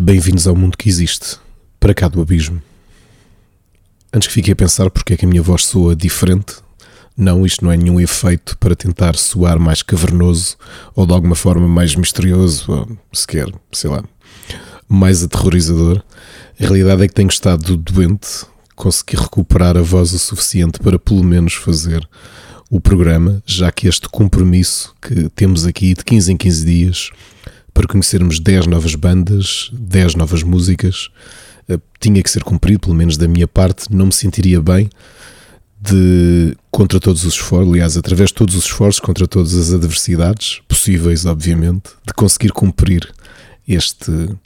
Bem-vindos ao mundo que existe, para cá do abismo. Antes que fiquei a pensar porque é que a minha voz soa diferente, não, isto não é nenhum efeito para tentar soar mais cavernoso ou de alguma forma mais misterioso ou sequer, sei lá, mais aterrorizador. A realidade é que tenho estado doente, consegui recuperar a voz o suficiente para pelo menos fazer o programa, já que este compromisso que temos aqui de 15 em 15 dias para conhecermos 10 novas bandas, 10 novas músicas, tinha que ser cumprido, pelo menos da minha parte. Não me sentiria bem contra todos os esforços, aliás, através de todos os esforços, contra todas as adversidades possíveis, obviamente, de conseguir cumprir esta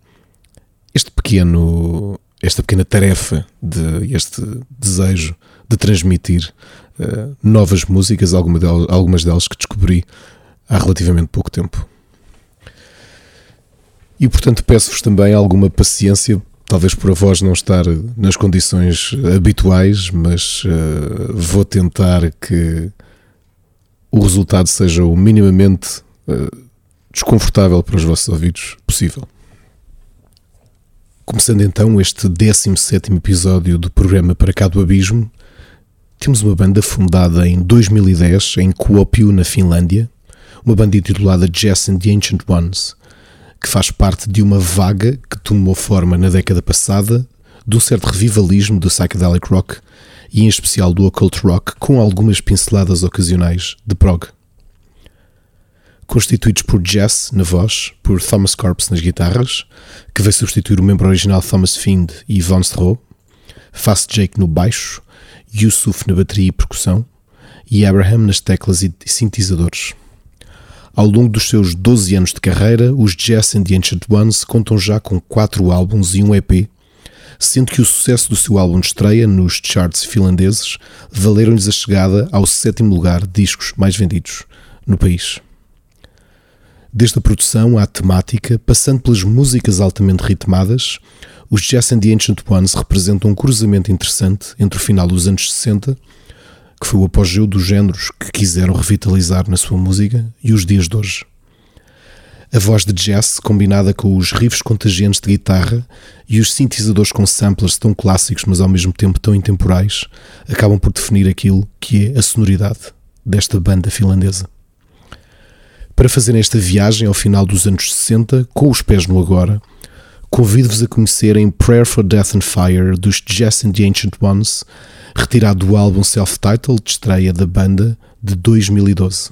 pequena tarefa, este desejo de transmitir novas músicas, algumas delas que descobri há relativamente pouco tempo. E portanto peço-vos também alguma paciência, talvez por a voz não estar nas condições habituais, mas vou tentar que o resultado seja o minimamente desconfortável para os vossos ouvidos possível. Começando então este 17º episódio do programa Para Cá do Abismo, temos uma banda fundada em 2010 em Kuopio, na Finlândia, uma banda intitulada Jess and the Ancient Ones, que faz parte de uma vaga que tomou forma na década passada de um certo revivalismo do psychedelic rock e em especial do occult rock, com algumas pinceladas ocasionais de prog. Constituídos por Jess na voz, por Thomas Corpse nas guitarras, que veio substituir o membro original Thomas Find e Von Stroh, Fast Jake no baixo, Yusuf na bateria e percussão e Abraham nas teclas e sintetizadores. Ao longo dos seus 12 anos de carreira, os Jess and the Ancient Ones contam já com 4 álbuns e um EP, sendo que o sucesso do seu álbum de estreia nos charts finlandeses valeram-lhes a chegada ao 7º lugar de discos mais vendidos no país. Desde a produção à temática, passando pelas músicas altamente ritmadas, os Jess and the Ancient Ones representam um cruzamento interessante entre o final dos anos 60, que foi o apogeu dos géneros que quiseram revitalizar na sua música, e os dias de hoje. A voz de Jess, combinada com os riffs contagiantes de guitarra e os sintetizadores com samplers tão clássicos mas ao mesmo tempo tão intemporais, acabam por definir aquilo que é a sonoridade desta banda finlandesa. Para fazerem esta viagem ao final dos anos 60, com os pés no agora, convido-vos a conhecerem Prayer for Death and Fire dos Jess and the Ancient Ones, retirado do álbum Self-Titled de estreia da banda de 2012.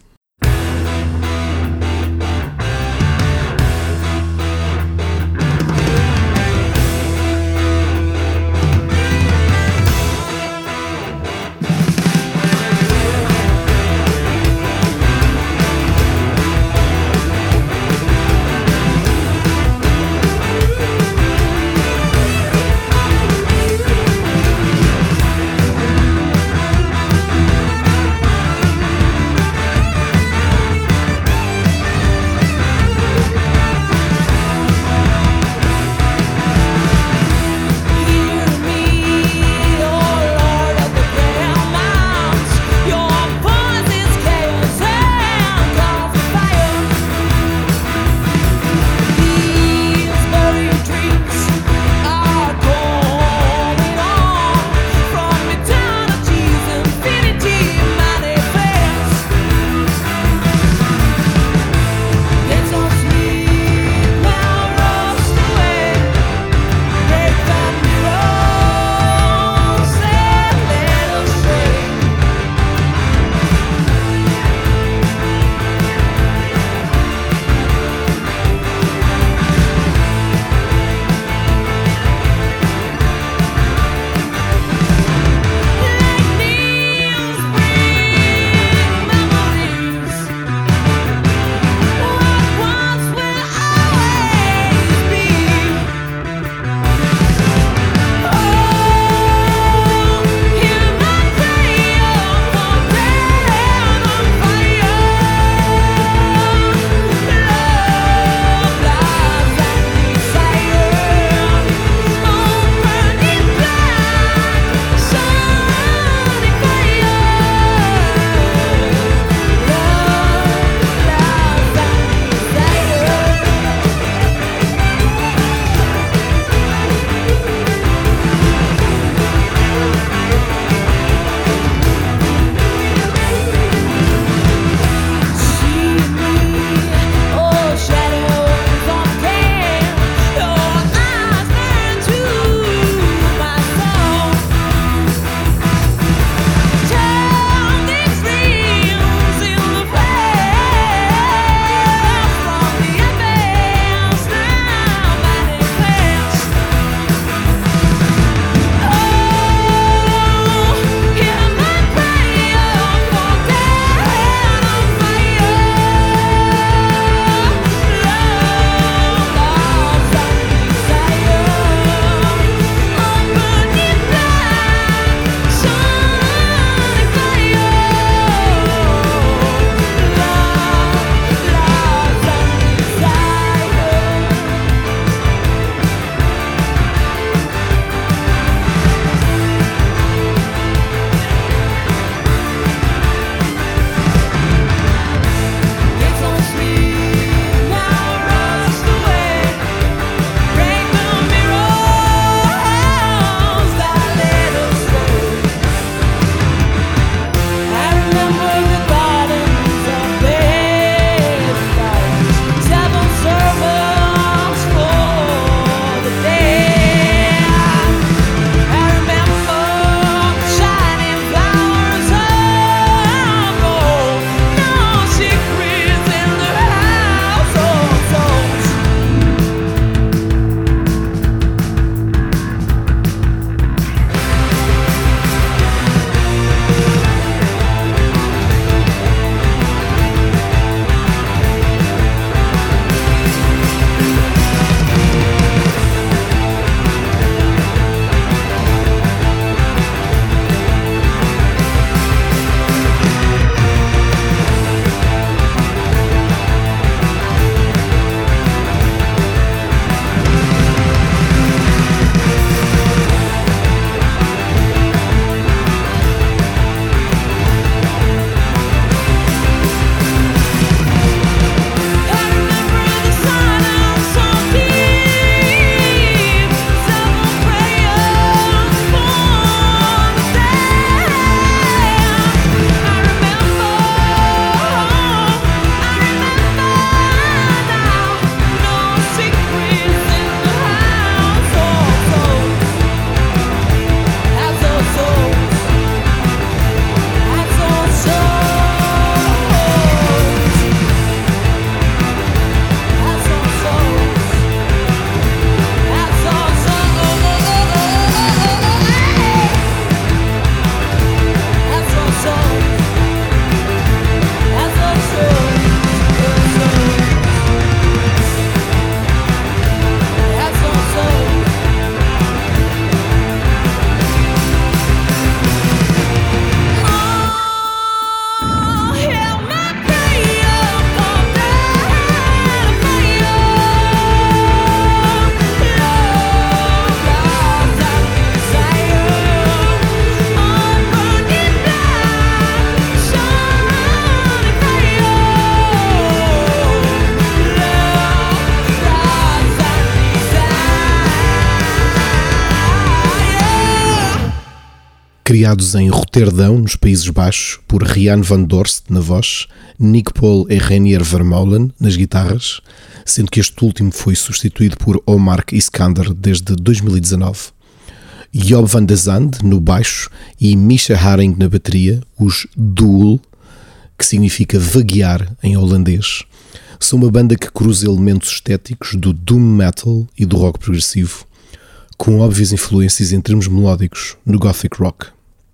Criados em Roterdão, nos Países Baixos, por Rian van Dorst na voz, Nick Paul e Reinier Vermeulen nas guitarras, sendo que este último foi substituído por Omar Iskander desde 2019. Job van de Zand no baixo e Misha Haring na bateria, os Doel, que significa vaguear em holandês, são uma banda que cruza elementos estéticos do doom metal e do rock progressivo, com óbvias influências em termos melódicos no gothic rock.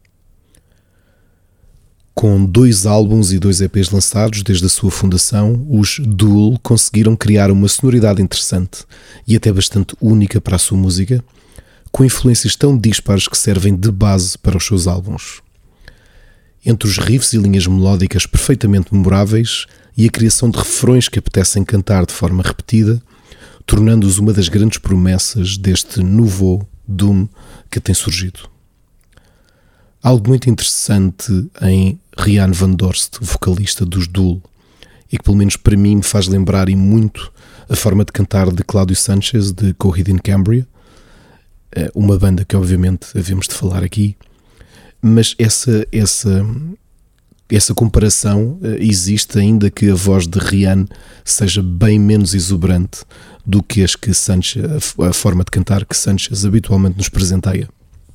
Com 2 álbuns e 2 EPs lançados desde a sua fundação, os Doel conseguiram criar uma sonoridade interessante e até bastante única para a sua música, com influências tão dispares que servem de base para os seus álbuns. Entre os riffs e linhas melódicas perfeitamente memoráveis e a criação de refrões que apetecem cantar de forma repetida, tornando-os uma das grandes promessas deste nouveau doom que tem surgido. Algo muito interessante em Rian van Dorst, vocalista dos Doel, e que pelo menos para mim me faz lembrar e muito a forma de cantar de Cláudio Sanchez de Coheed and Cambria, uma banda que obviamente havemos de falar aqui, mas essa comparação existe, ainda que a voz de Rian seja bem menos exuberante do que a forma de cantar que Sanchez habitualmente nos presenteia.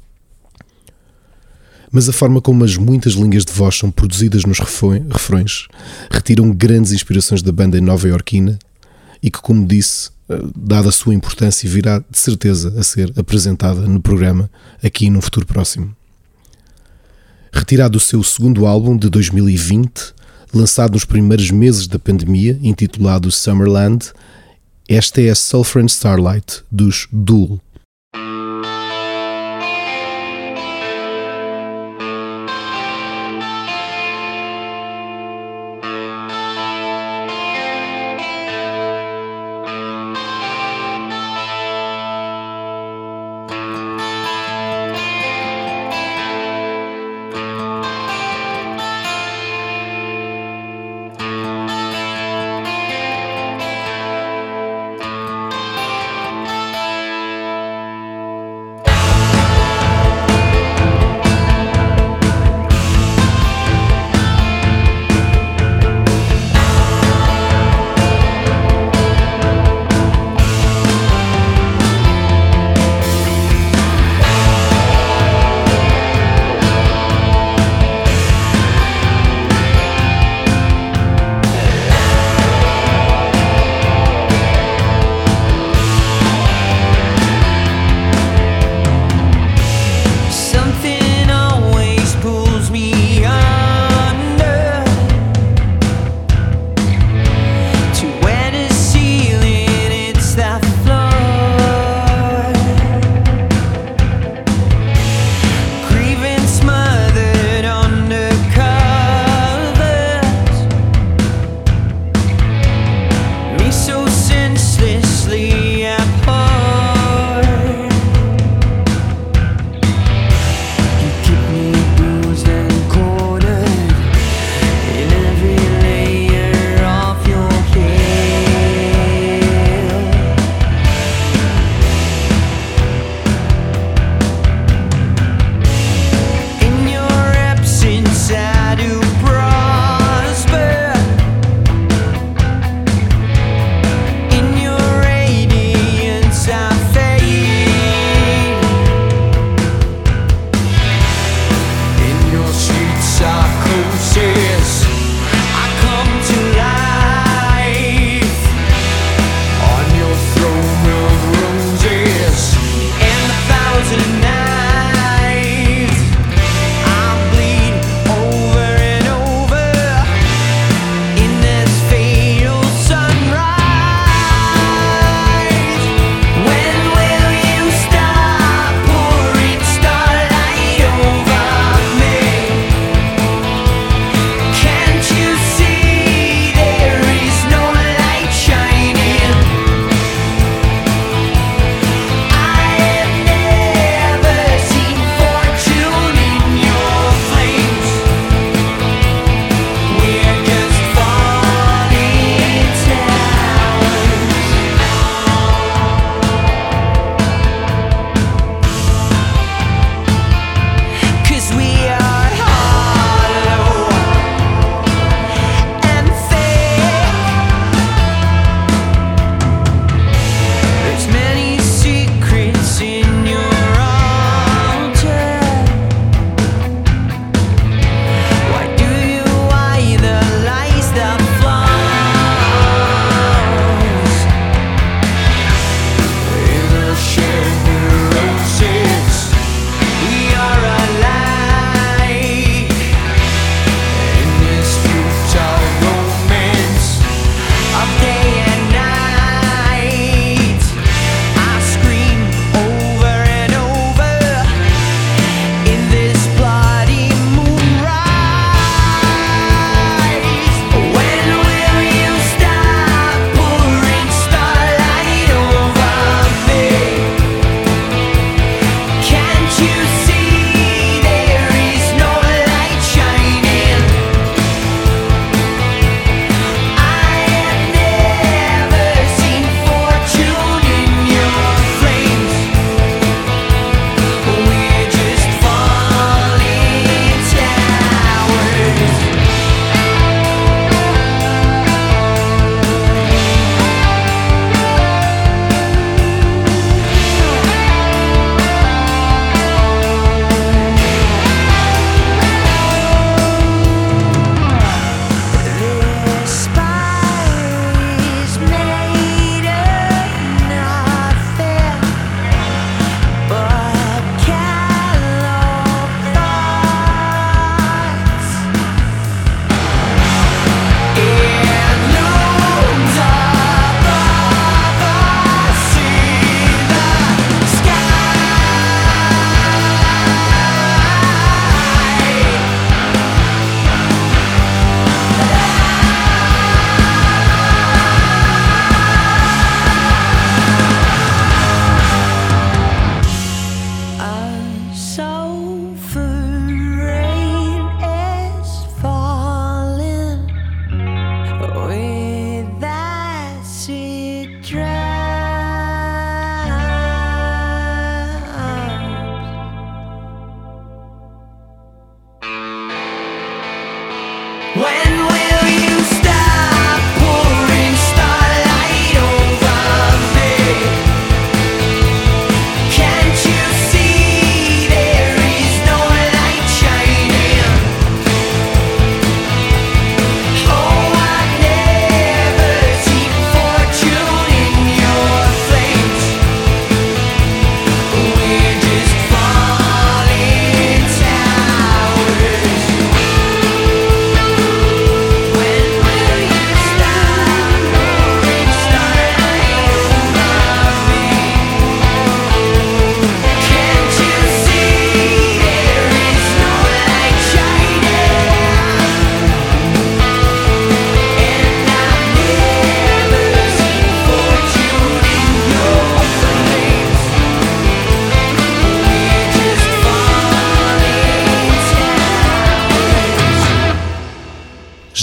Mas a forma como as muitas linhas de voz são produzidas nos refrões retiram grandes inspirações da banda nova-iorquina e que, como disse, dada a sua importância, virá de certeza a ser apresentada no programa aqui num futuro próximo. Retirado do seu segundo álbum de 2020, lançado nos primeiros meses da pandemia, intitulado Summerland, esta é a Sulphur and Starlight dos Doel.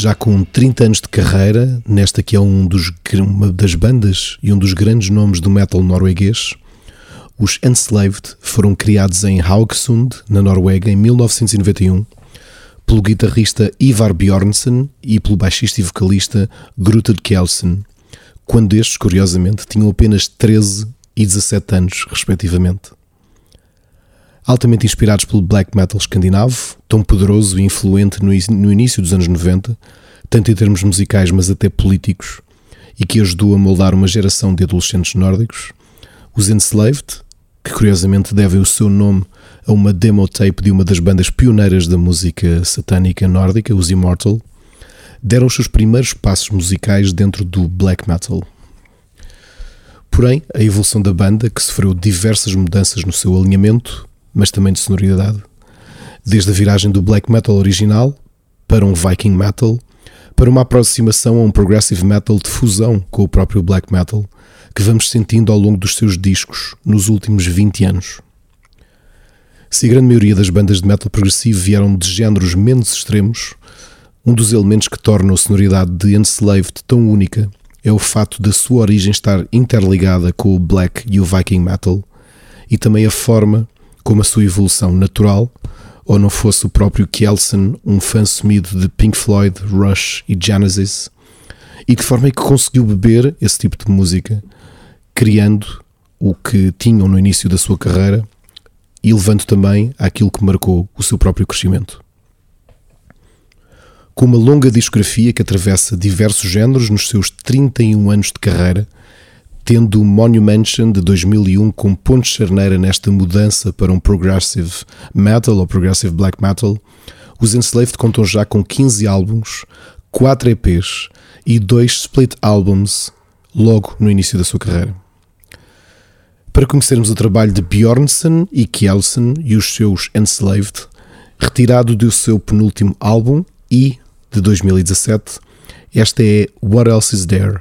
já com 30 anos de carreira, nesta que é uma das bandas e um dos grandes nomes do metal norueguês, os Enslaved foram criados em Haugesund, na Noruega, em 1991, pelo guitarrista Ivar Bjornsson e pelo baixista e vocalista Gruted Kjeldsen, quando estes, curiosamente, tinham apenas 13 e 17 anos, respectivamente. Altamente inspirados pelo black metal escandinavo, tão poderoso e influente no início dos anos 90, tanto em termos musicais mas até políticos, e que ajudou a moldar uma geração de adolescentes nórdicos, os Enslaved, que curiosamente devem o seu nome a uma demo tape de uma das bandas pioneiras da música satânica nórdica, os Immortal, deram os seus primeiros passos musicais dentro do black metal. Porém, a evolução da banda, que sofreu diversas mudanças no seu alinhamento, mas também de sonoridade, desde a viragem do black metal original para um viking metal, para uma aproximação a um progressive metal de fusão com o próprio black metal, que vamos sentindo ao longo dos seus discos nos últimos 20 anos. Se a grande maioria das bandas de metal progressivo vieram de géneros menos extremos, um dos elementos que torna a sonoridade de Enslaved tão única é o fato da sua origem estar interligada com o black e o viking metal, e também a forma como a sua evolução natural, ou não fosse o próprio Kjeldsen um fã sumido de Pink Floyd, Rush e Genesis, e de forma é que conseguiu beber esse tipo de música, criando o que tinham no início da sua carreira e levando também àquilo que marcou o seu próprio crescimento. Com uma longa discografia que atravessa diversos géneros nos seus 31 anos de carreira, tendo o Monumention de 2001 como ponto de charneira nesta mudança para um progressive metal ou progressive black metal, os Enslaved contam já com 15 álbuns, 4 EPs e 2 split albums logo no início da sua carreira. Para conhecermos o trabalho de Bjornsson e Kjeldsen e os seus Enslaved, retirado do seu penúltimo álbum e de 2017, esta é What Else Is There?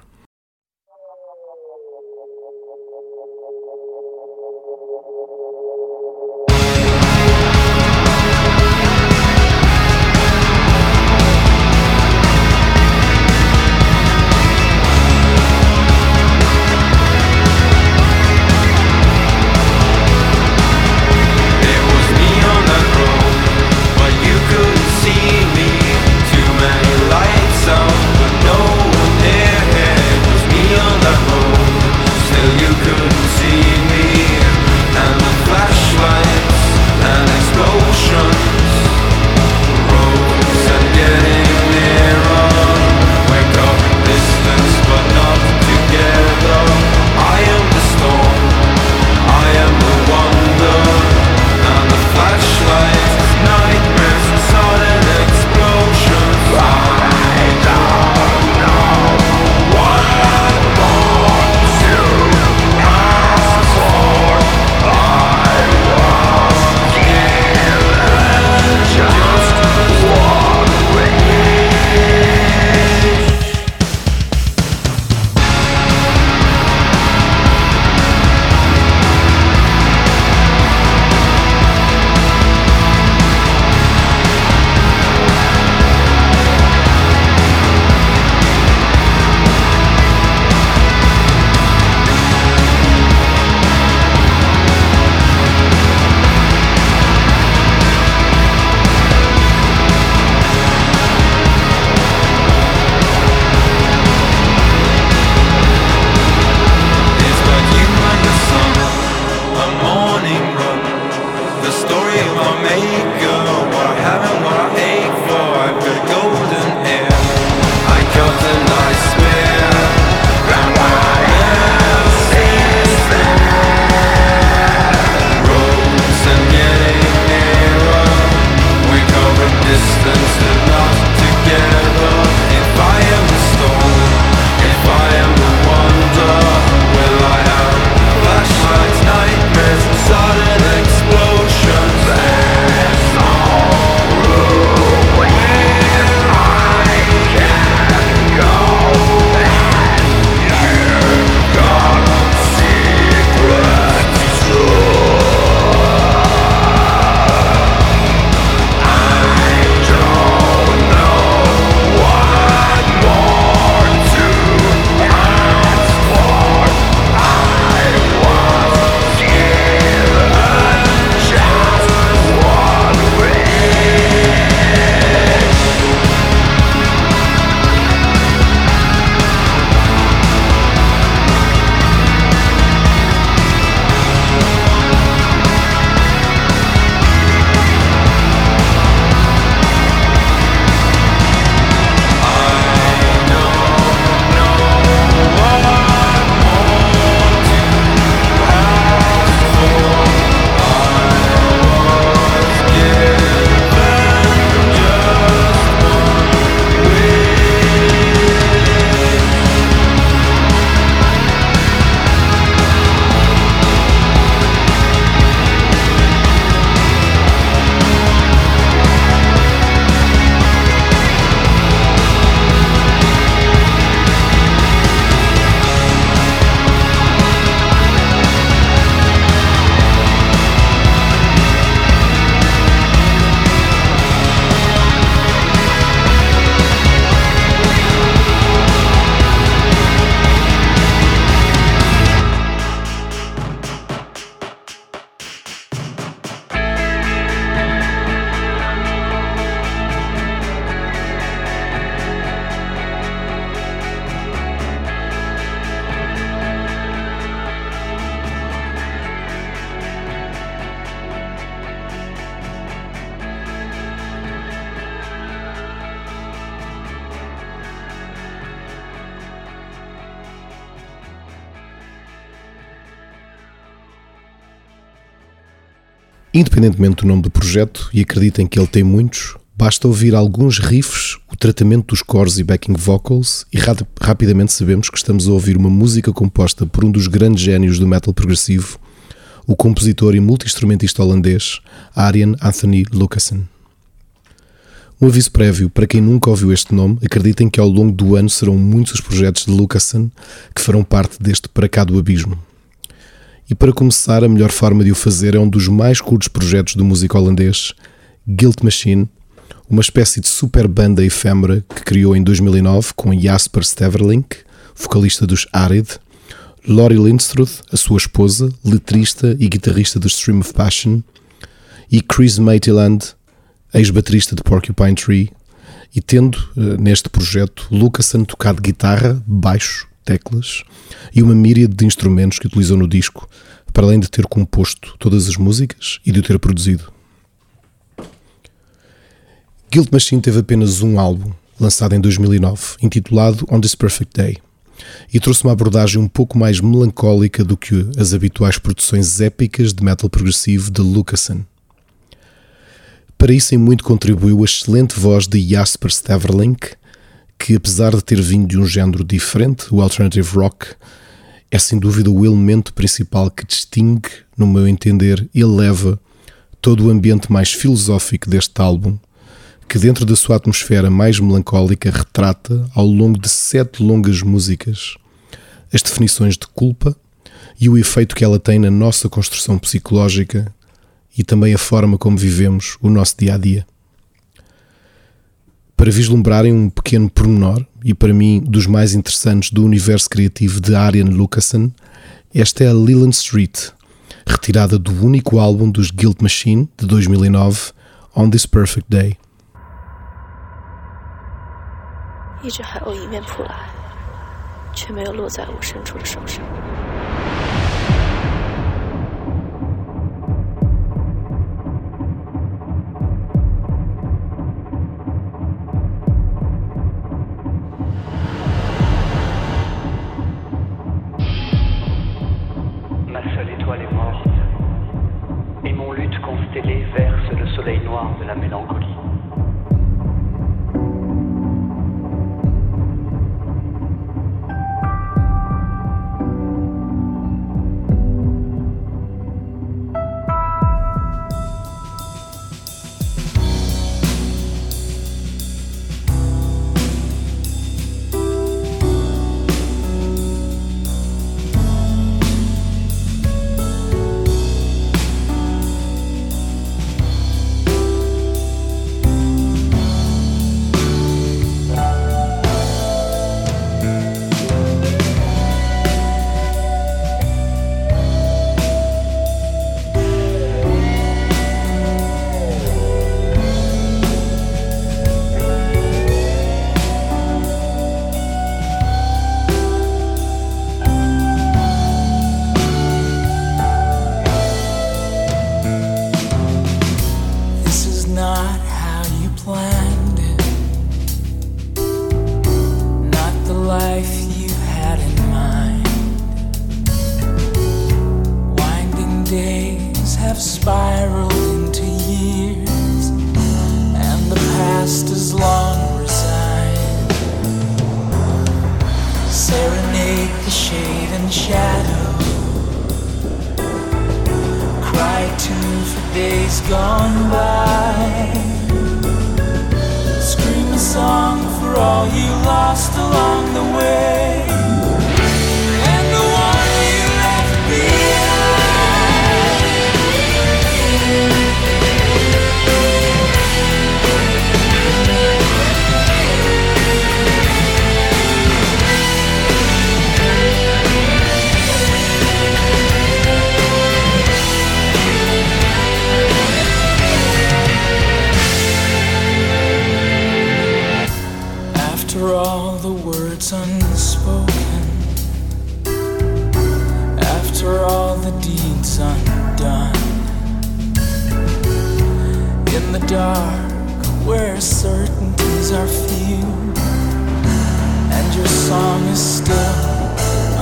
See me, too many lights on, but no one there. Independentemente do nome do projeto, e acreditem que ele tem muitos, basta ouvir alguns riffs, o tratamento dos cores e backing vocals e rapidamente sabemos que estamos a ouvir uma música composta por um dos grandes génios do metal progressivo, o compositor e multi-instrumentista holandês Arjen Anthony Lucassen. Um aviso prévio, para quem nunca ouviu este nome, acreditem que ao longo do ano serão muitos os projetos de Lucassen que farão parte deste Para Cá do Abismo. E para começar, a melhor forma de o fazer é um dos mais curtos projetos do músico holandês, Guilt Machine, uma espécie de super banda efêmera que criou em 2009 com Jasper Steverlink, vocalista dos Arid, Laurie Lindstruth, a sua esposa, letrista e guitarrista do Stream of Passion, e Chris Maitland, ex-baterista de Porcupine Tree, e tendo neste projeto Lucassen tocado guitarra, baixo, teclas e uma míriade de instrumentos que utilizou no disco, para além de ter composto todas as músicas e de o ter produzido. Guilt Machine teve apenas um álbum, lançado em 2009, intitulado On This Perfect Day, e trouxe uma abordagem um pouco mais melancólica do que as habituais produções épicas de metal progressivo de Lucassen. Para isso em muito contribuiu a excelente voz de Jasper Steverlink, que apesar de ter vindo de um género diferente, o alternative rock, é sem dúvida o elemento principal que distingue, no meu entender, e eleva todo o ambiente mais filosófico deste álbum, que dentro da sua atmosfera mais melancólica retrata, ao longo de 7 longas músicas, as definições de culpa e o efeito que ela tem na nossa construção psicológica e também a forma como vivemos o nosso dia-a-dia. Para vislumbrarem um pequeno pormenor, e para mim dos mais interessantes do universo criativo de Arjen Lucassen, esta é a Leland Street, retirada do único álbum dos Guilt Machine de 2009, On This Perfect Day. 一直海鸥迎面扑来，却没有落在我深处的手上。 Ma seule étoile est morte, et mon luth constellé verse le soleil noir de la mélancolie.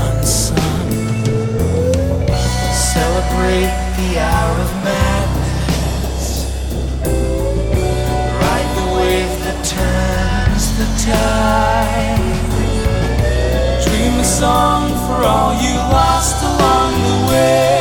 Celebrate the hour of madness. time. Dream a song for all you lost along the way.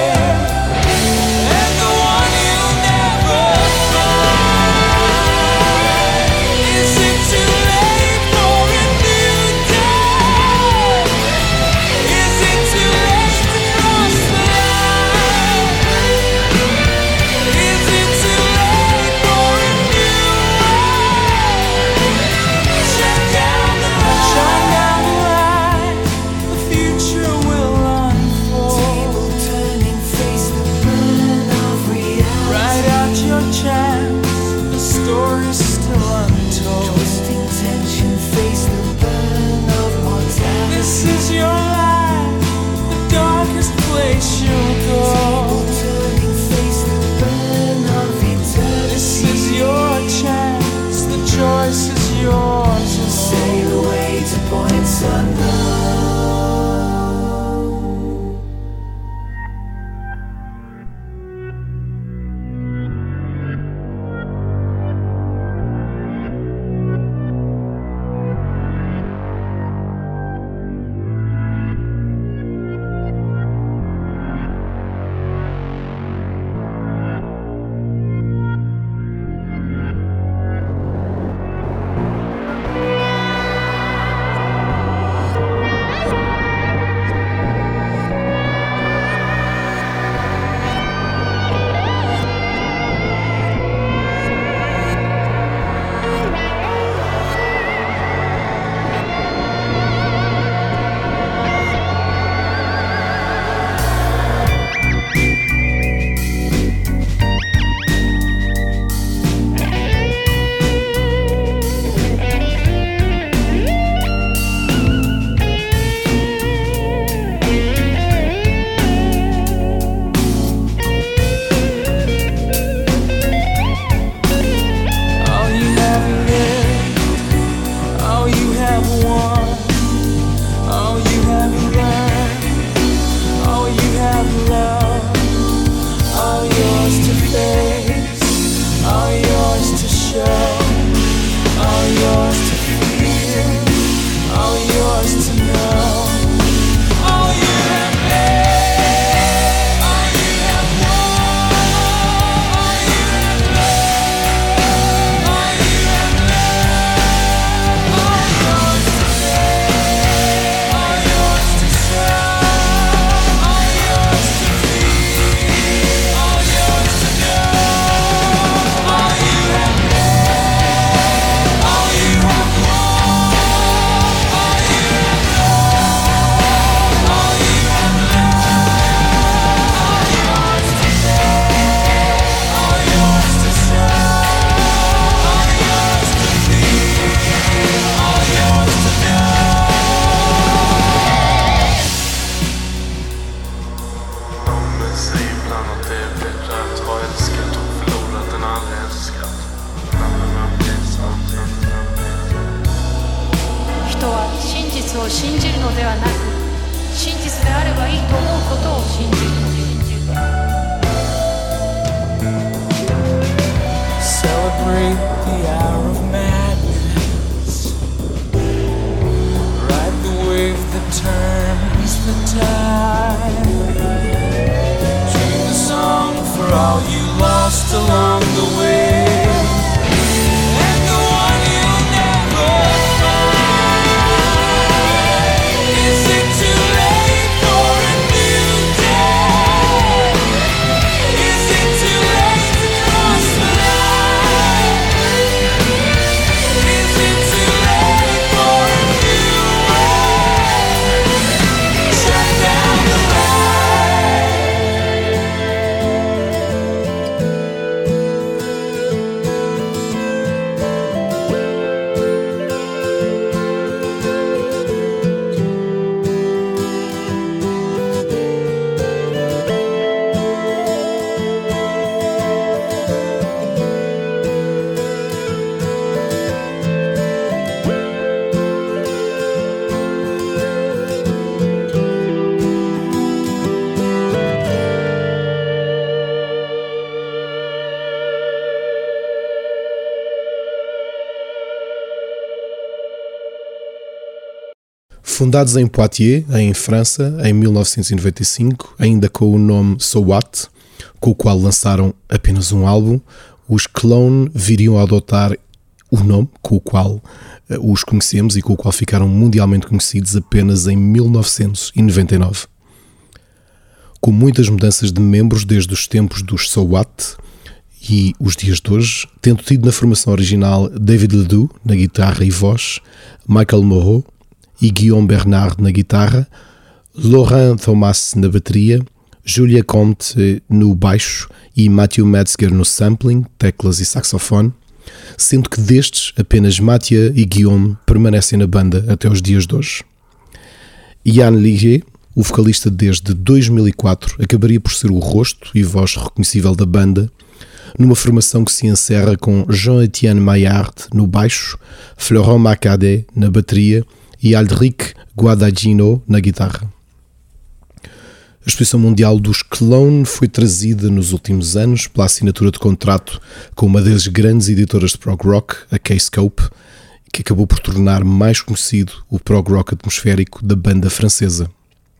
Fundados em Poitiers, em França, em 1995, ainda com o nome So What, com o qual lançaram apenas um álbum, os Clone viriam a adotar o nome com o qual os conhecemos e com o qual ficaram mundialmente conhecidos apenas em 1999. Com muitas mudanças de membros desde os tempos dos So What e os dias de hoje, tendo tido na formação original David Ledoux na guitarra e voz, Michael Moreau e Guillaume Bernard na guitarra, Laurent Thomas na bateria, Julia Comte no baixo e Matthew Metzger no sampling, teclas e saxofone, sendo que destes apenas Mathieu e Guillaume permanecem na banda até os dias de hoje. Yann Ligier, o vocalista desde 2004, acabaria por ser o rosto e voz reconhecível da banda, numa formação que se encerra com Jean-Étienne Maillard no baixo, Florent Macadet na bateria e Aldric Guadagnino na guitarra. A exposição mundial dos Clone foi trazida nos últimos anos pela assinatura de contrato com uma das grandes editoras de prog rock, a K-Scope, que acabou por tornar mais conhecido o prog rock atmosférico da banda francesa.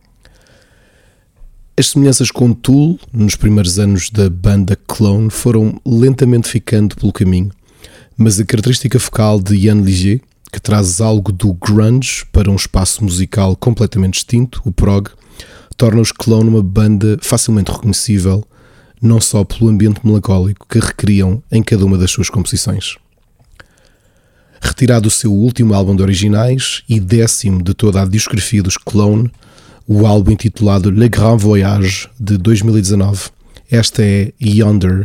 As semelhanças com Tool, nos primeiros anos da banda Clone, foram lentamente ficando pelo caminho, mas a característica focal de Yann Ligier, que traz algo do grunge para um espaço musical completamente distinto, o prog, torna os Clone uma banda facilmente reconhecível, não só pelo ambiente melancólico que recriam em cada uma das suas composições. Retirado o seu último álbum de originais e 10º de toda a discografia dos Clone, o álbum intitulado Le Grand Voyage de 2019, esta é Yonder.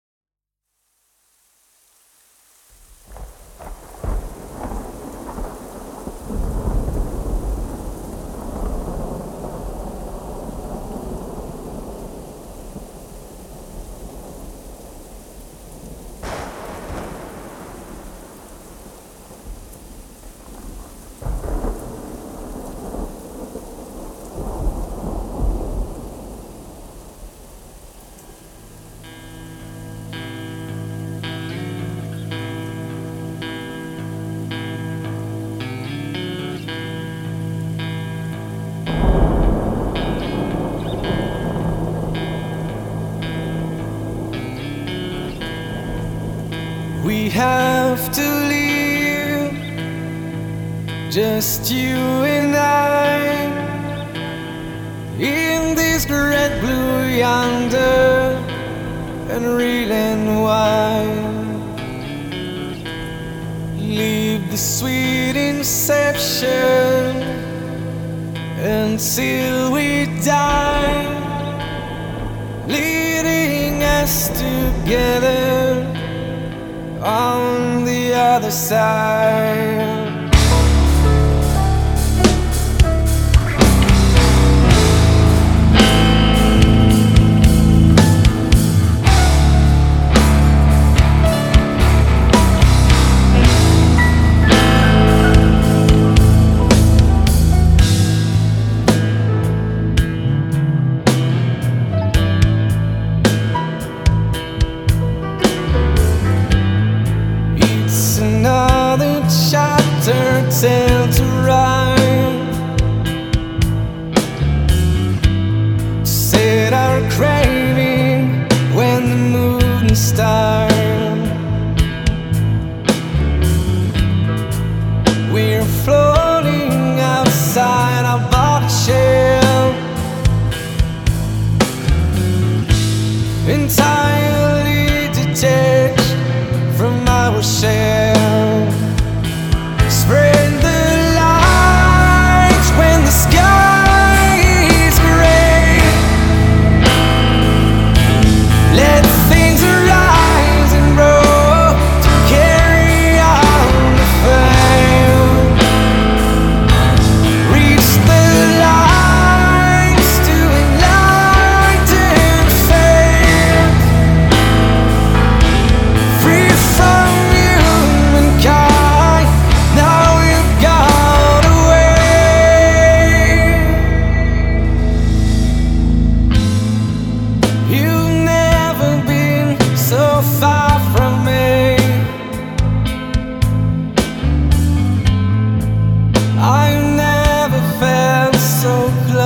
We have to leave, just you and I, in this great blue yonder, and real and wide. Leave the sweet inception until we die, leading us together on the other side. Another chapter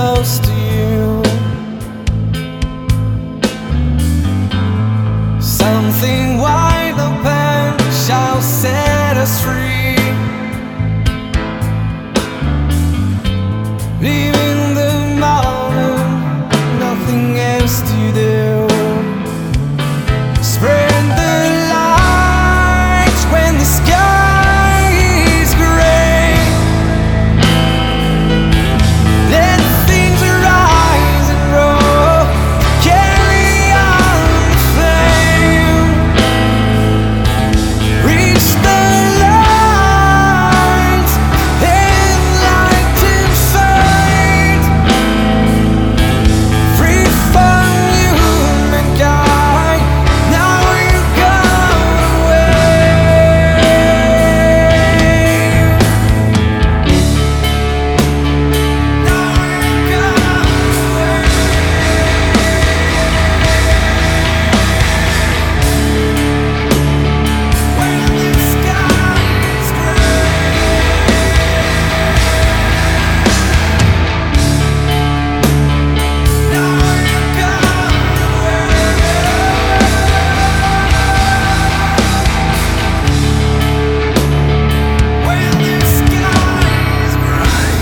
close to you. Something wide open shall set us free. Leaving the moment, nothing else to do. Spread the light when the sky is gray. Let things rise and roll, carry on the flame. Reach the light and light inside. Free from humankind. Now you're gone away. Now you're gone away. When the sky is gray. Now you're gone away. When the sky is gray.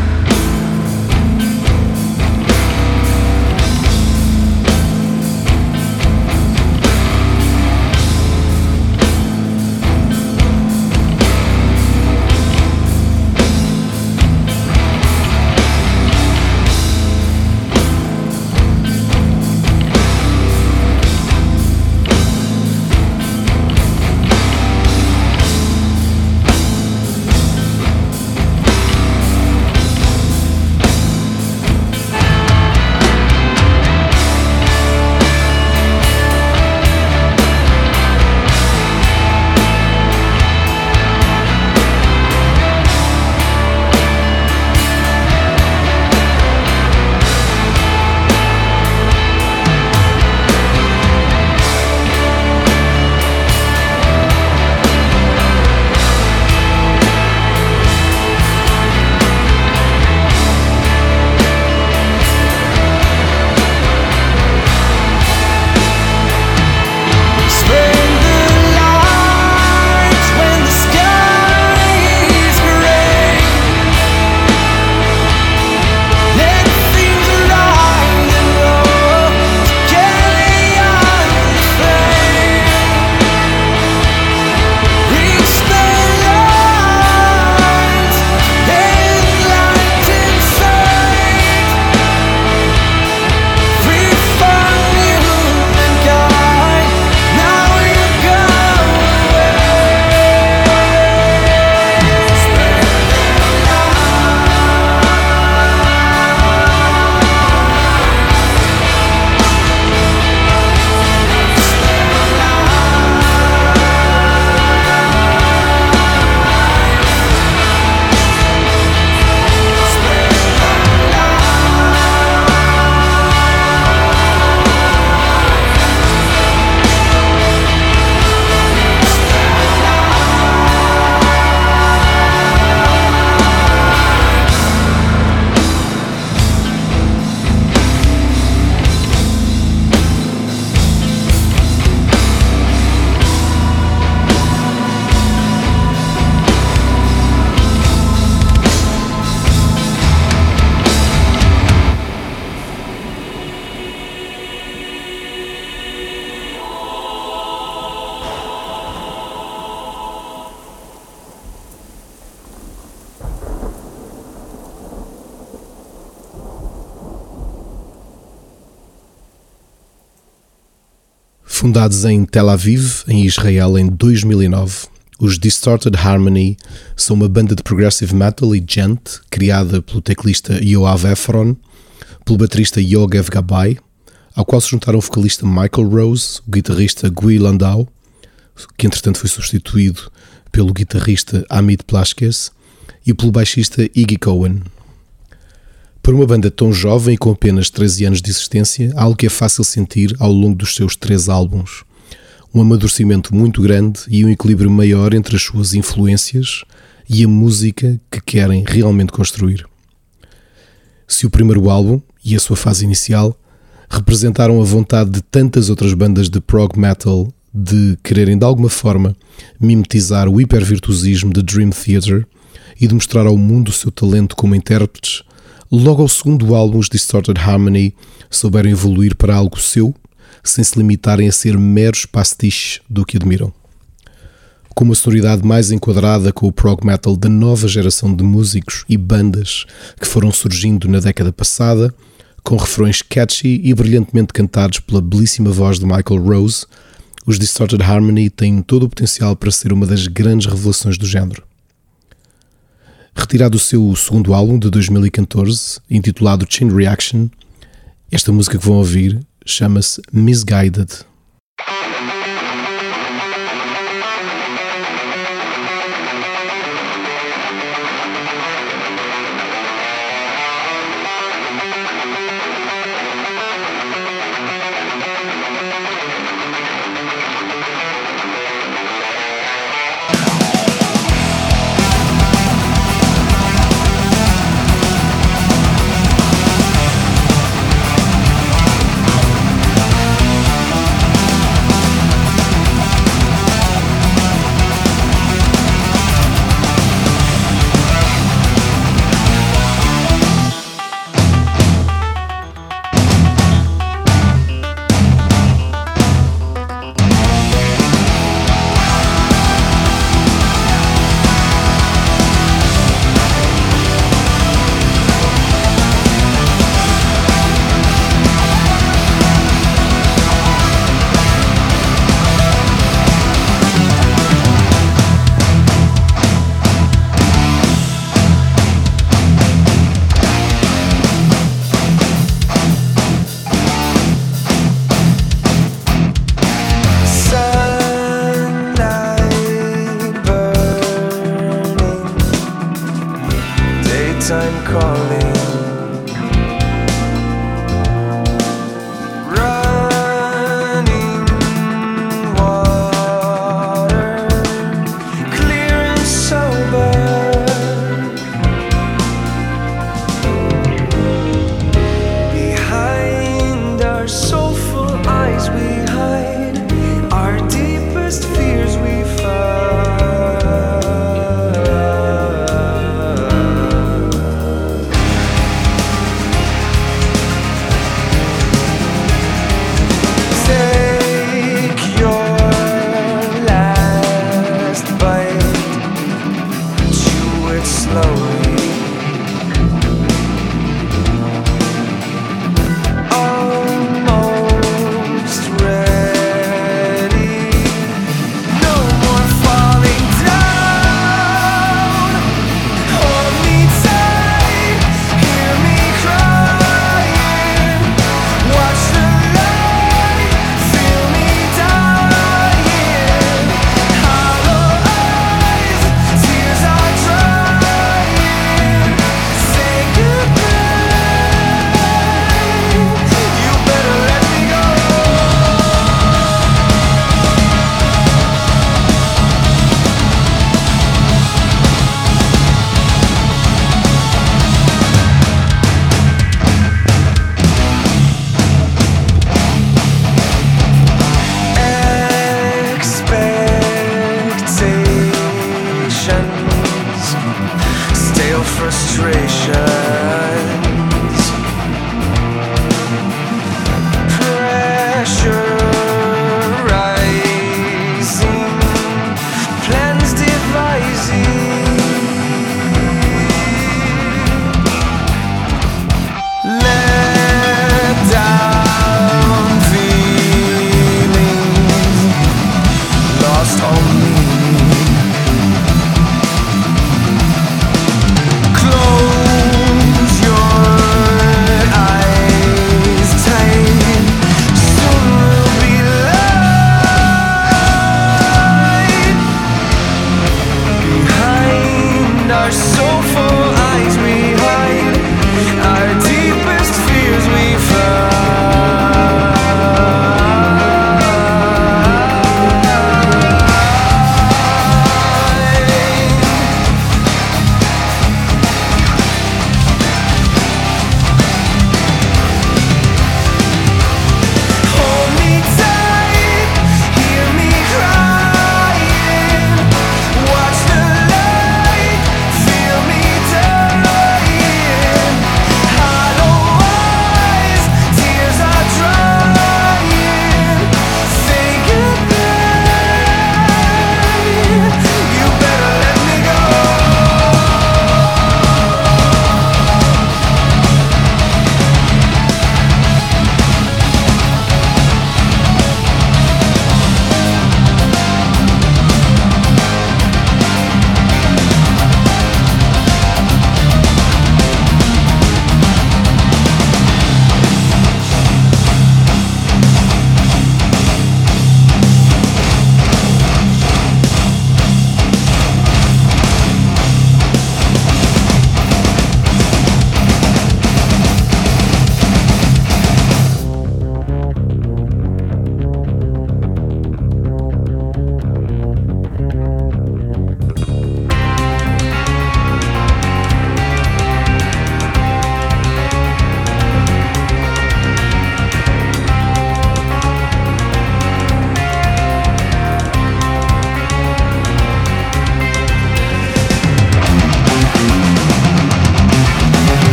Spread the light when the sky is gray. Let things rise and roll, carry on the flame. Reach the light and light inside. Free from humankind. Now you're gone away. Spread the Fundados em Tel Aviv, em Israel, em 2009, os Distorted Harmony são uma banda de progressive metal e djent criada pelo teclista Yoav Efron, pelo baterista Yogev Gabay, ao qual se juntaram o vocalista Michael Rose, o guitarrista Guy Landau, que entretanto foi substituído pelo guitarrista Amit Plaskes, e pelo baixista Iggy Cohen. Para uma banda tão jovem e com apenas 13 anos de existência, há algo que é fácil sentir ao longo dos seus 3 álbuns. Um amadurecimento muito grande e um equilíbrio maior entre as suas influências e a música que querem realmente construir. Se o primeiro álbum e a sua fase inicial representaram a vontade de tantas outras bandas de prog metal de quererem de alguma forma mimetizar o hipervirtuosismo de Dream Theater e de mostrar ao mundo o seu talento como intérpretes, logo ao segundo álbum os Distorted Harmony souberam evoluir para algo seu, sem se limitarem a ser meros pastiches do que admiram. Com uma sonoridade mais enquadrada com o prog metal da nova geração de músicos e bandas que foram surgindo na década passada, com refrões catchy e brilhantemente cantados pela belíssima voz de Michael Rose, os Distorted Harmony têm todo o potencial para ser uma das grandes revelações do género. Retirado do seu segundo álbum de 2014, intitulado Chain Reaction, esta música que vão ouvir chama-se Misguided.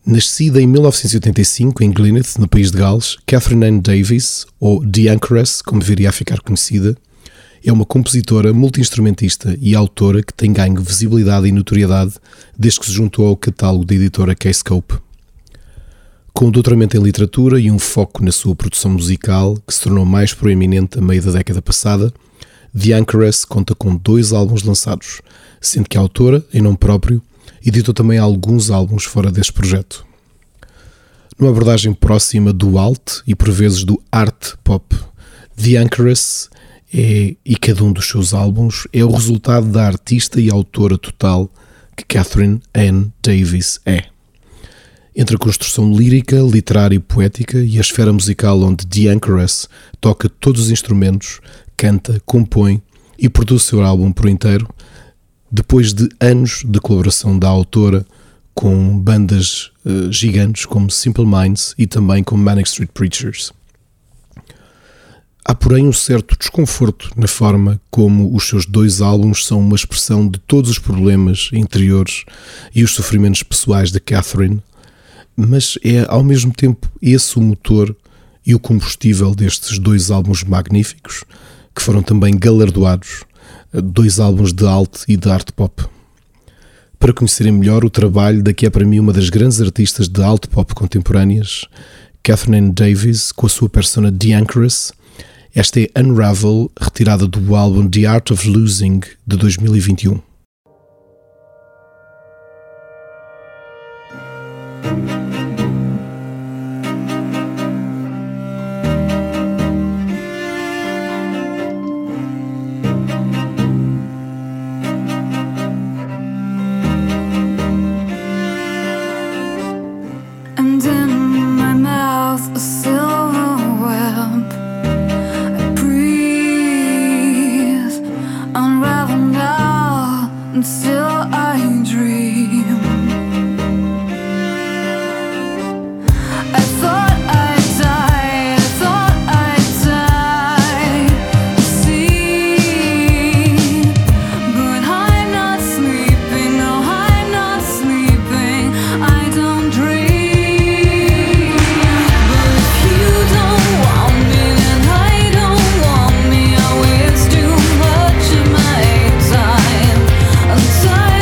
Nascida em 1985 em Glynneath, no país de Gales, Catherine Ann Davies, ou The Anchoress, como viria a ficar conhecida, é uma compositora, multi-instrumentista e autora que tem ganho visibilidade e notoriedade desde que se juntou ao catálogo da editora K-Scope. Com um doutoramento em literatura e um foco na sua produção musical, que se tornou mais proeminente a meio da década passada, The Anchoress conta com 2 álbuns lançados, sendo que a autora, em nome próprio, editou também alguns álbuns fora deste projeto. Numa abordagem próxima do alt e por vezes do art pop, The Anchoress e cada um dos seus álbuns é o resultado da artista e autora total que Catherine Ann Davies é. Entre a construção lírica, literária e poética e a esfera musical onde The Anchoress toca todos os instrumentos, canta, compõe e produz o seu álbum por inteiro, depois de anos de colaboração da autora com bandas gigantes como Simple Minds e também com Manic Street Preachers. Há, porém, um certo desconforto na forma como os seus 2 álbuns são uma expressão de todos os problemas interiores e os sofrimentos pessoais de Catherine, mas é ao mesmo tempo esse o motor e o combustível destes 2 álbuns magníficos, que foram também galardoados, 2 álbuns de alt e de art pop. Para conhecerem melhor o trabalho da que é para mim uma das grandes artistas de alt pop contemporâneas, Catherine Ann Davies, com a sua persona The Anchoress, esta é Unravel, retirada do álbum The Art of Losing, de 2021. And in my mouth a silver web. I breathe, unravel now, and still I dream. I thought I'd die, I thought I'd die, sleep, but I'm not sleeping, no I'm not sleeping, I don't dream. I'm tired.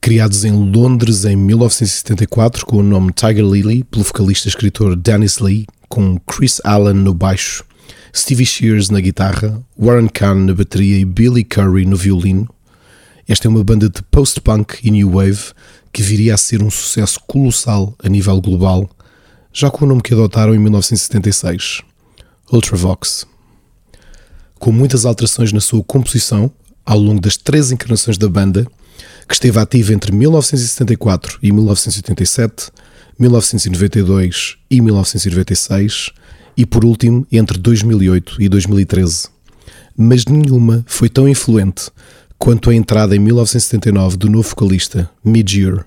Criados em Londres em 1974 com o nome Tiger Lily pelo vocalista e escritor Dennis Lee, com Chris Allen no baixo, Stevie Shears na guitarra, Warren Kahn na bateria e Billy Currie no violino, esta é uma banda de post-punk e new wave que viria a ser um sucesso colossal a nível global, já com o nome que adotaram em 1976, Ultravox. Com muitas alterações na sua composição ao longo das 3 encarnações da banda, que esteve ativa entre 1974 e 1987, 1992 e 1996 e, por último, entre 2008 e 2013. Mas nenhuma foi tão influente quanto a entrada em 1979 do novo vocalista, Midge Ure.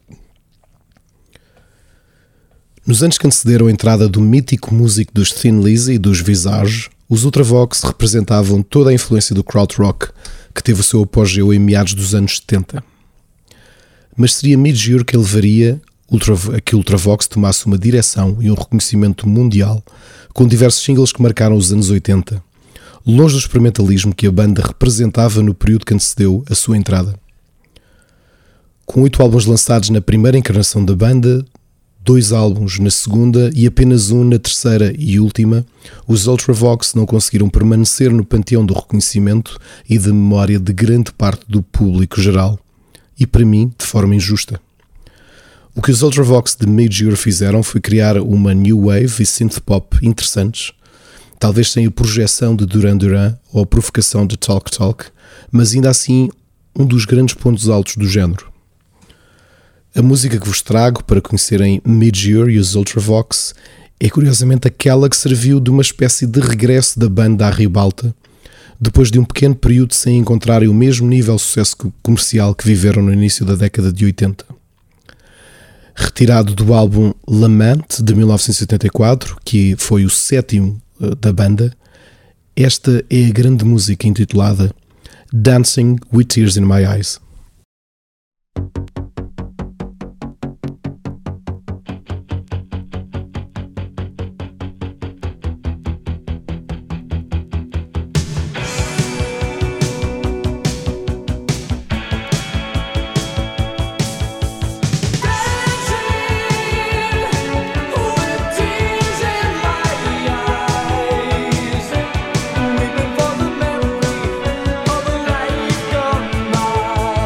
Nos anos que antecederam a entrada do mítico músico dos Thin Lizzy e dos Visage, os Ultravox representavam toda a influência do krautrock que teve o seu apogeu em meados dos anos 70. Mas seria Midge Ure que levaria a que Ultravox tomasse uma direção e um reconhecimento mundial, com diversos singles que marcaram os anos 80, longe do experimentalismo que a banda representava no período que antecedeu a sua entrada. Com 8 álbuns lançados na primeira encarnação da banda, 2 álbuns na segunda e apenas um na terceira e última, os Ultravox não conseguiram permanecer no panteão do reconhecimento e da memória de grande parte do público geral, e para mim de forma injusta. O que os Ultravox de Midge Ure fizeram foi criar uma new wave e synth pop interessantes, talvez sem a projeção de Duran Duran ou a provocação de Talk Talk, mas ainda assim um dos grandes pontos altos do género. A música que vos trago para conhecerem Midge Ure e os Ultravox é curiosamente aquela que serviu de uma espécie de regresso da banda à ribalta, depois de um pequeno período sem encontrarem o mesmo nível de sucesso comercial que viveram no início da década de 80. Retirado do álbum Lament de 1984, que foi o 7º da banda, esta é a grande música intitulada Dancing with Tears in My Eyes. Weeping for the memory of a life gone by.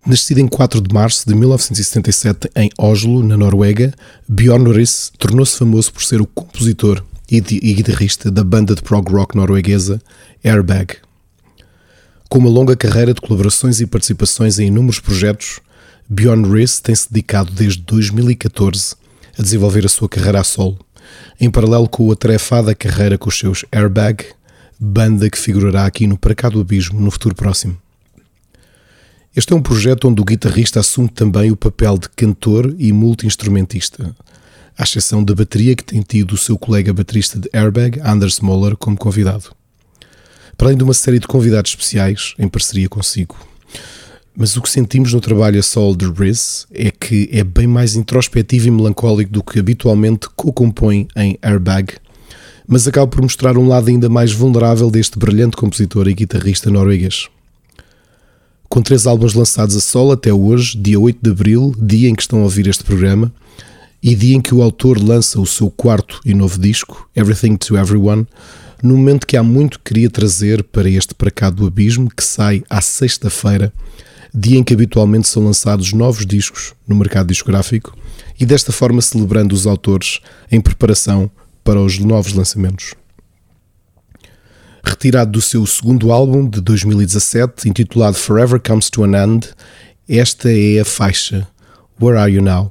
Nascido em 4 de março de 1977 em Oslo, na Noruega, Bjørn Riis tornou-se famoso por ser o compositor e guitarrista da banda de prog rock norueguesa Airbag. Com uma longa carreira de colaborações e participações em inúmeros projetos, Bjørn Riis tem-se dedicado desde 2014 a desenvolver a sua carreira a solo, em paralelo com a atarefada carreira com os seus Airbag, banda que figurará aqui no Para Cá do Abismo no futuro próximo. Este é um projeto onde o guitarrista assume também o papel de cantor e multi-instrumentista, à exceção da bateria que tem tido o seu colega baterista de Airbag, Anders Moller, como convidado. Para além de uma série de convidados especiais em parceria consigo. Mas o que sentimos no trabalho a solo de Riis é que é bem mais introspectivo e melancólico do que habitualmente co-compõe em Airbag, mas acaba por mostrar um lado ainda mais vulnerável deste brilhante compositor e guitarrista norueguês. Com 3 álbuns lançados a solo até hoje, dia 8 de abril, dia em que estão a ouvir este programa, e dia em que o autor lança o seu 4º e novo disco, Everything to Everyone, no momento que há muito queria trazer para este Para Cá do Abismo, que sai à sexta-feira, dia em que habitualmente são lançados novos discos no mercado discográfico, e desta forma celebrando os autores em preparação para os novos lançamentos. Retirado do seu 2º álbum de 2017, intitulado Forever Comes to an End, esta é a faixa Where Are You Now?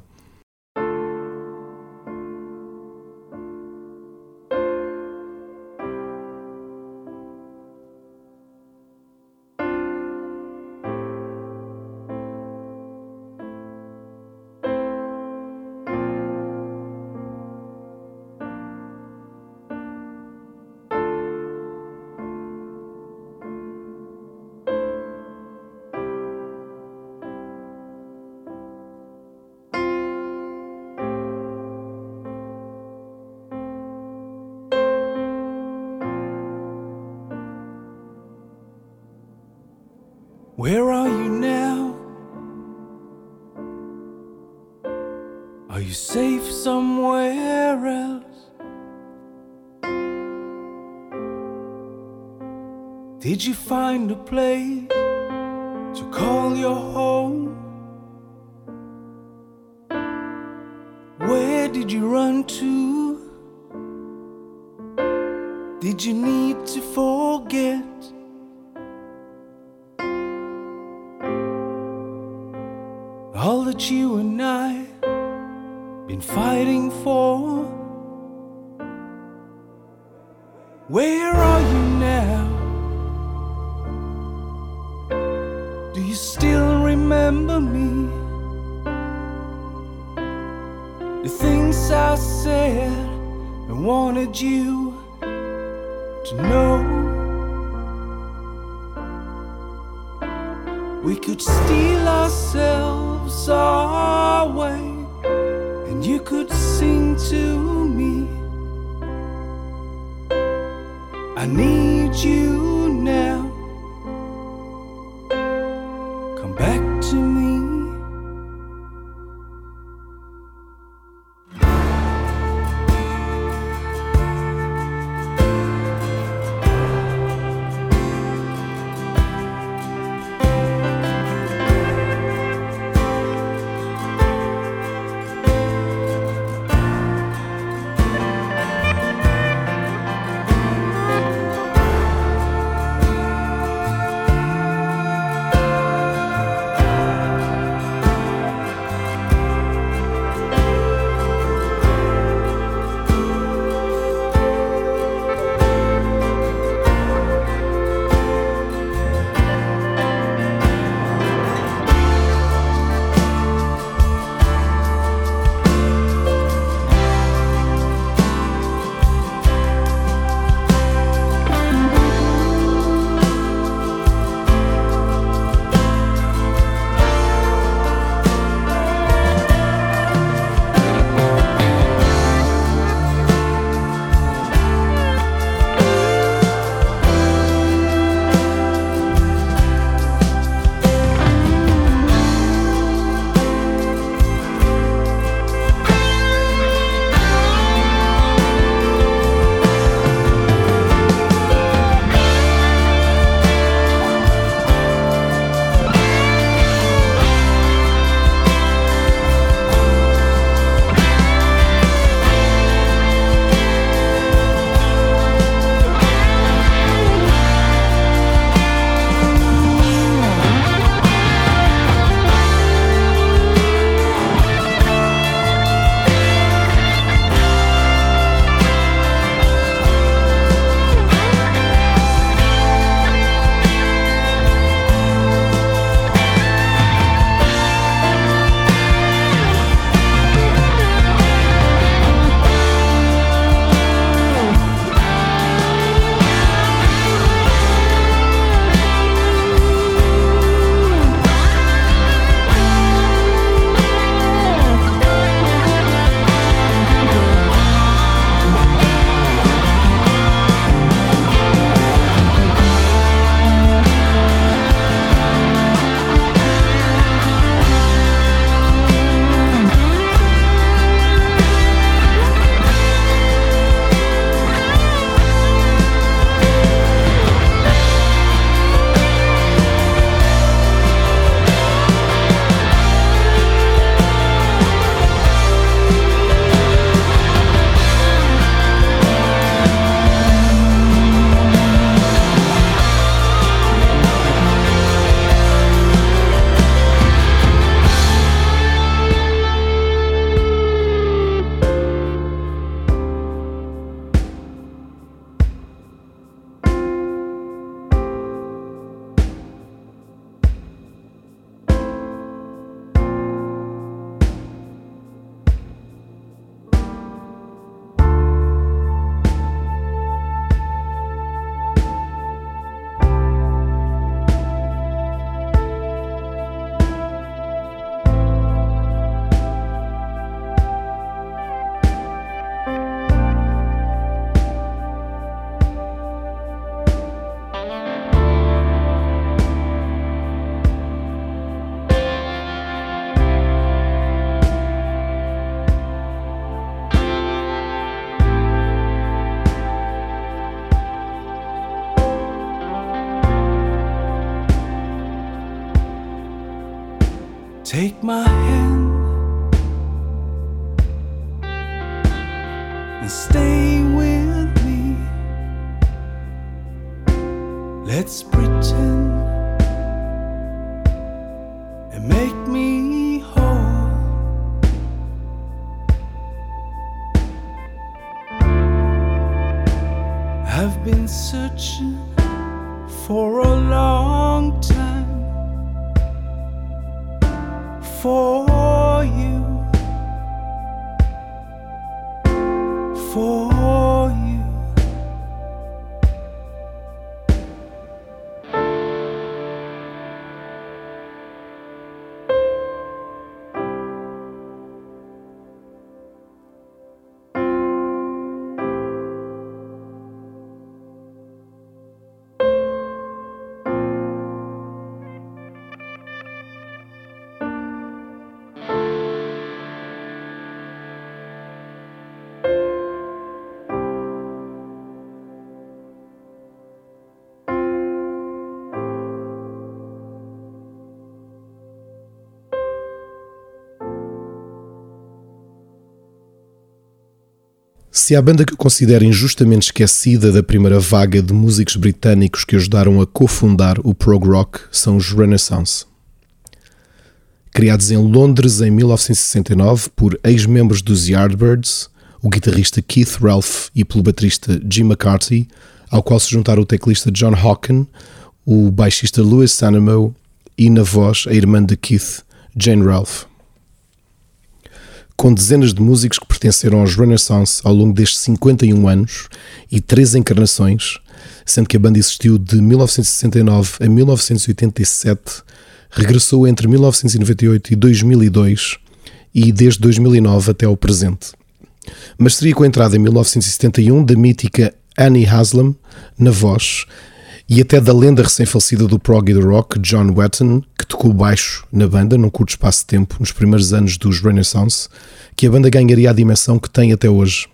Where are you now? Are you safe somewhere else? Did you find a place to call your home? Where did you run to? Did you need to forget? All that you and I been fighting for. Where are you now? Do you still remember me? The things I said and wanted you to know. We could steal ourselves away, and you could sing to me. I need you now. Come back to me. Take my hand and stay with me. Let's pretend and make me whole. I've been searching for a long time for you, for you. Se há banda que eu considero injustamente esquecida da primeira vaga de músicos britânicos que ajudaram a cofundar o prog rock, são os Renaissance. Criados em Londres em 1969 por ex-membros dos Yardbirds, o guitarrista Keith Relf e pelo baterista Jim McCarthy, ao qual se juntaram o teclista John Hawken, o baixista Louis Sanamo e na voz a irmã de Keith, Jane Relf. Com dezenas de músicos que pertenceram aos Renaissance ao longo destes 51 anos e 3 encarnações, sendo que a banda existiu de 1969 a 1987, regressou entre 1998 e 2002 e desde 2009 até ao presente. Mas seria com a entrada em 1971 da mítica Annie Haslam na voz e até da lenda recém-falecida do prog e do rock, John Wetton, que tocou baixo na banda num curto espaço de tempo nos primeiros anos dos Renaissance, que a banda ganharia a dimensão que tem até hoje.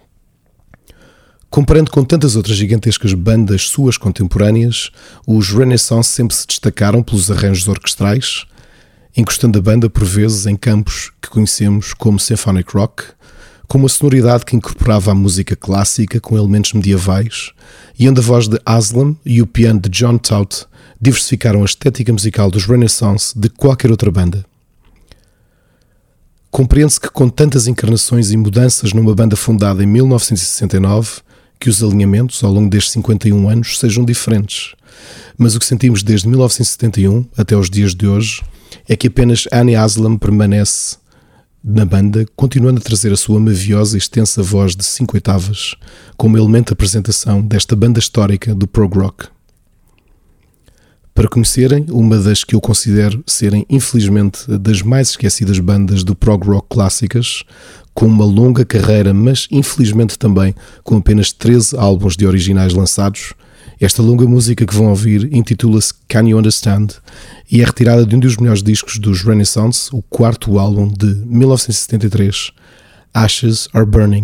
Comparando com tantas outras gigantescas bandas suas contemporâneas, os Renaissance sempre se destacaram pelos arranjos orquestrais, encostando a banda por vezes em campos que conhecemos como symphonic rock, com uma sonoridade que incorporava a música clássica com elementos medievais, e onde a voz de Haslam e o piano de John Tout diversificaram a estética musical dos Renaissance de qualquer outra banda. Compreende-se que com tantas encarnações e mudanças numa banda fundada em 1969, que os alinhamentos ao longo destes 51 anos sejam diferentes. Mas o que sentimos desde 1971 até os dias de hoje é que apenas Annie Haslam permanece na banda, continuando a trazer a sua maviosa e extensa voz de 5 oitavas como elemento de apresentação desta banda histórica do prog rock. Para conhecerem uma das que eu considero serem, infelizmente, das mais esquecidas bandas do prog rock clássicas, com uma longa carreira, mas infelizmente também com apenas 13 álbuns de originais lançados, esta longa música que vão ouvir intitula-se Can You Understand e é retirada de um dos melhores discos dos Renaissance, o 4º álbum de 1973, Ashes Are Burning.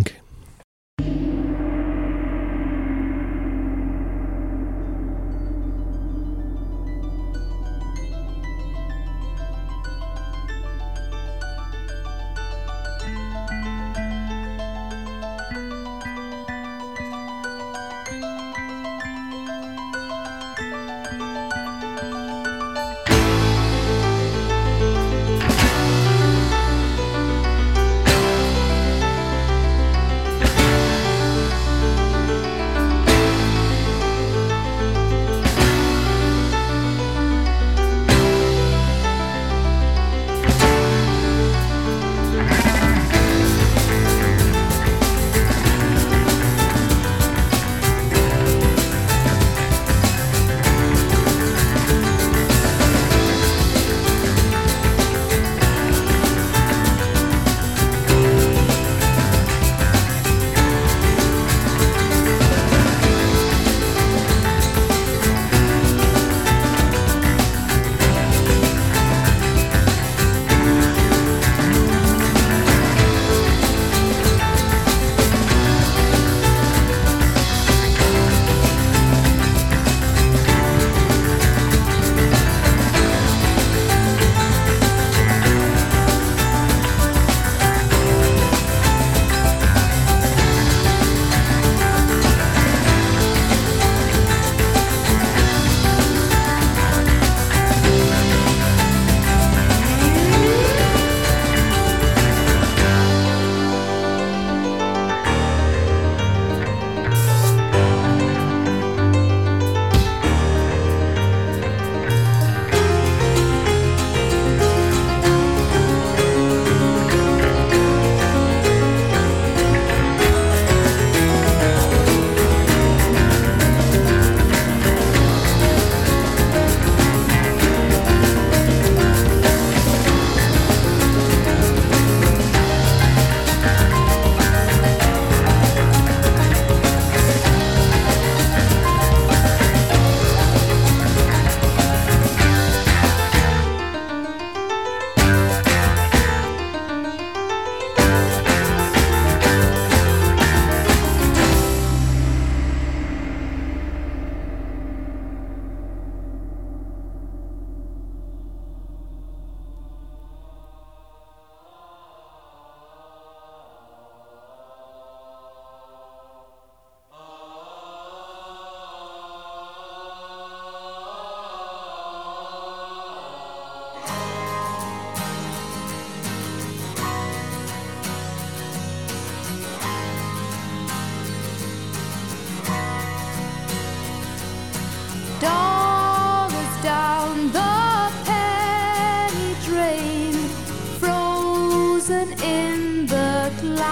frozen in the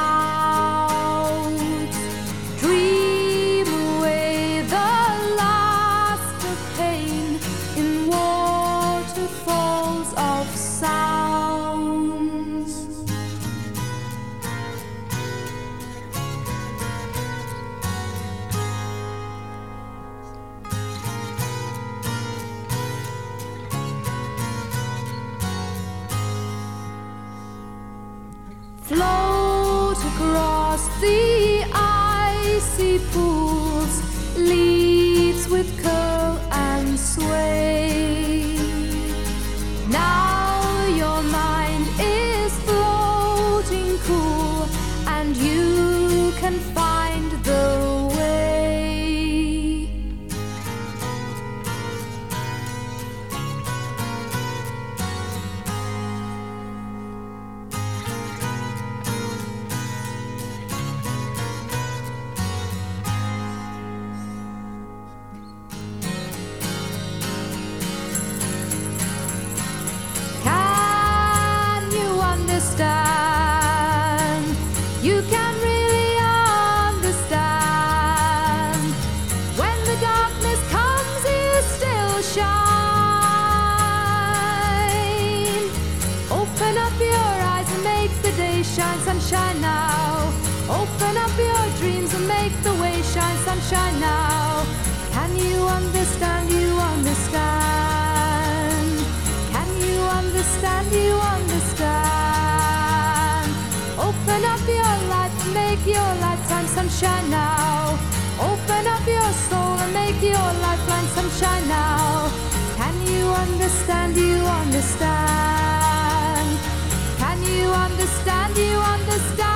clouds. Dream away the last of pain in waterfalls of sounds. Float across the icy pools, leaves with curl and sway. Now your mind is floating cool, and you can find the way. Can you understand? You can really understand. When the darkness comes, you still shine. Open up your eyes and make the day shine, sunshine now. Open up your dreams and make the way shine, sunshine now. Can you understand? You understand. Can you understand? You understand. Open up your life and make your lifetime sunshine now. Open up your soul and make your lifeline sunshine now. Can you understand? You understand. Can you understand? You understand.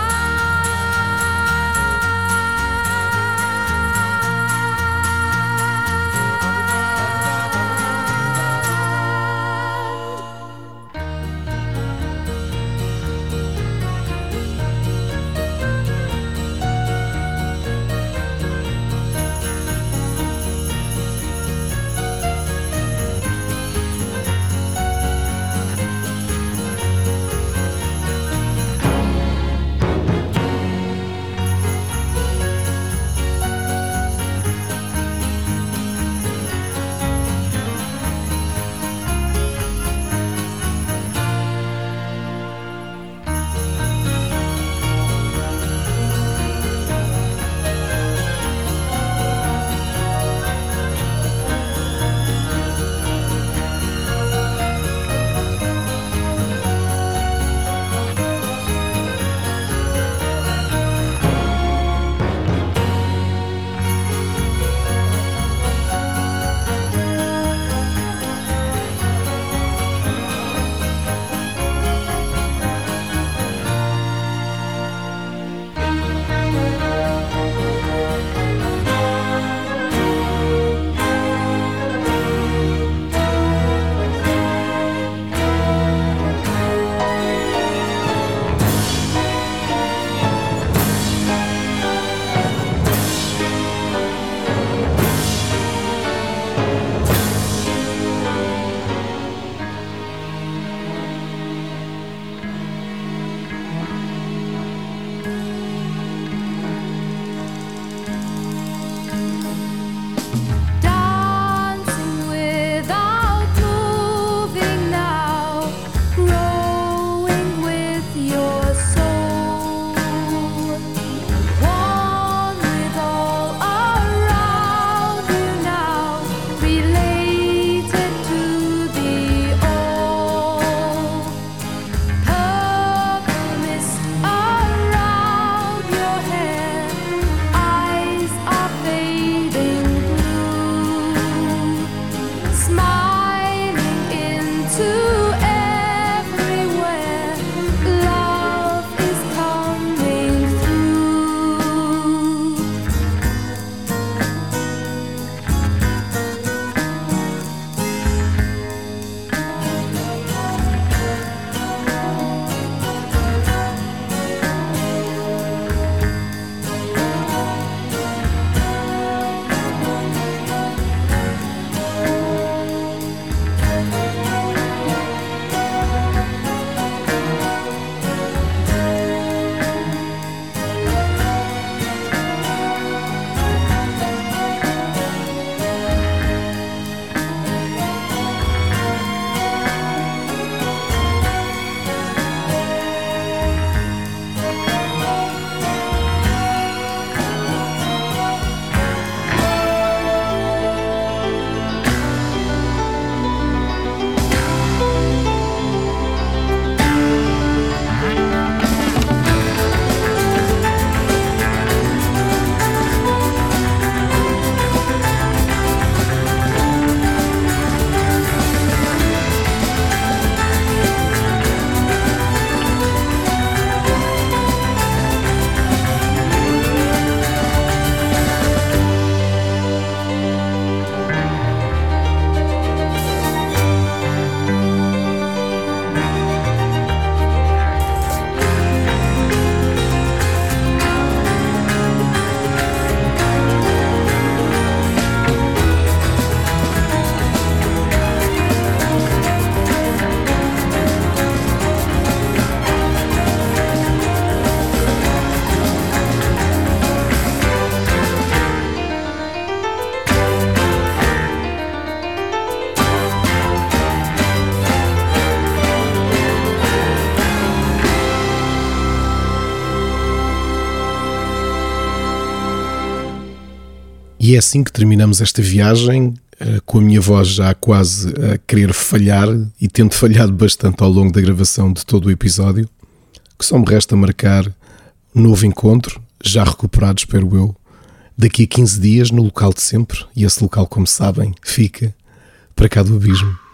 E é assim que terminamos esta viagem, com a minha voz já quase a querer falhar e tendo falhado bastante ao longo da gravação de todo o episódio, que só me resta marcar um novo encontro, já recuperado, espero eu, daqui a 15 dias no local de sempre, e esse local, como sabem, fica para cá do abismo.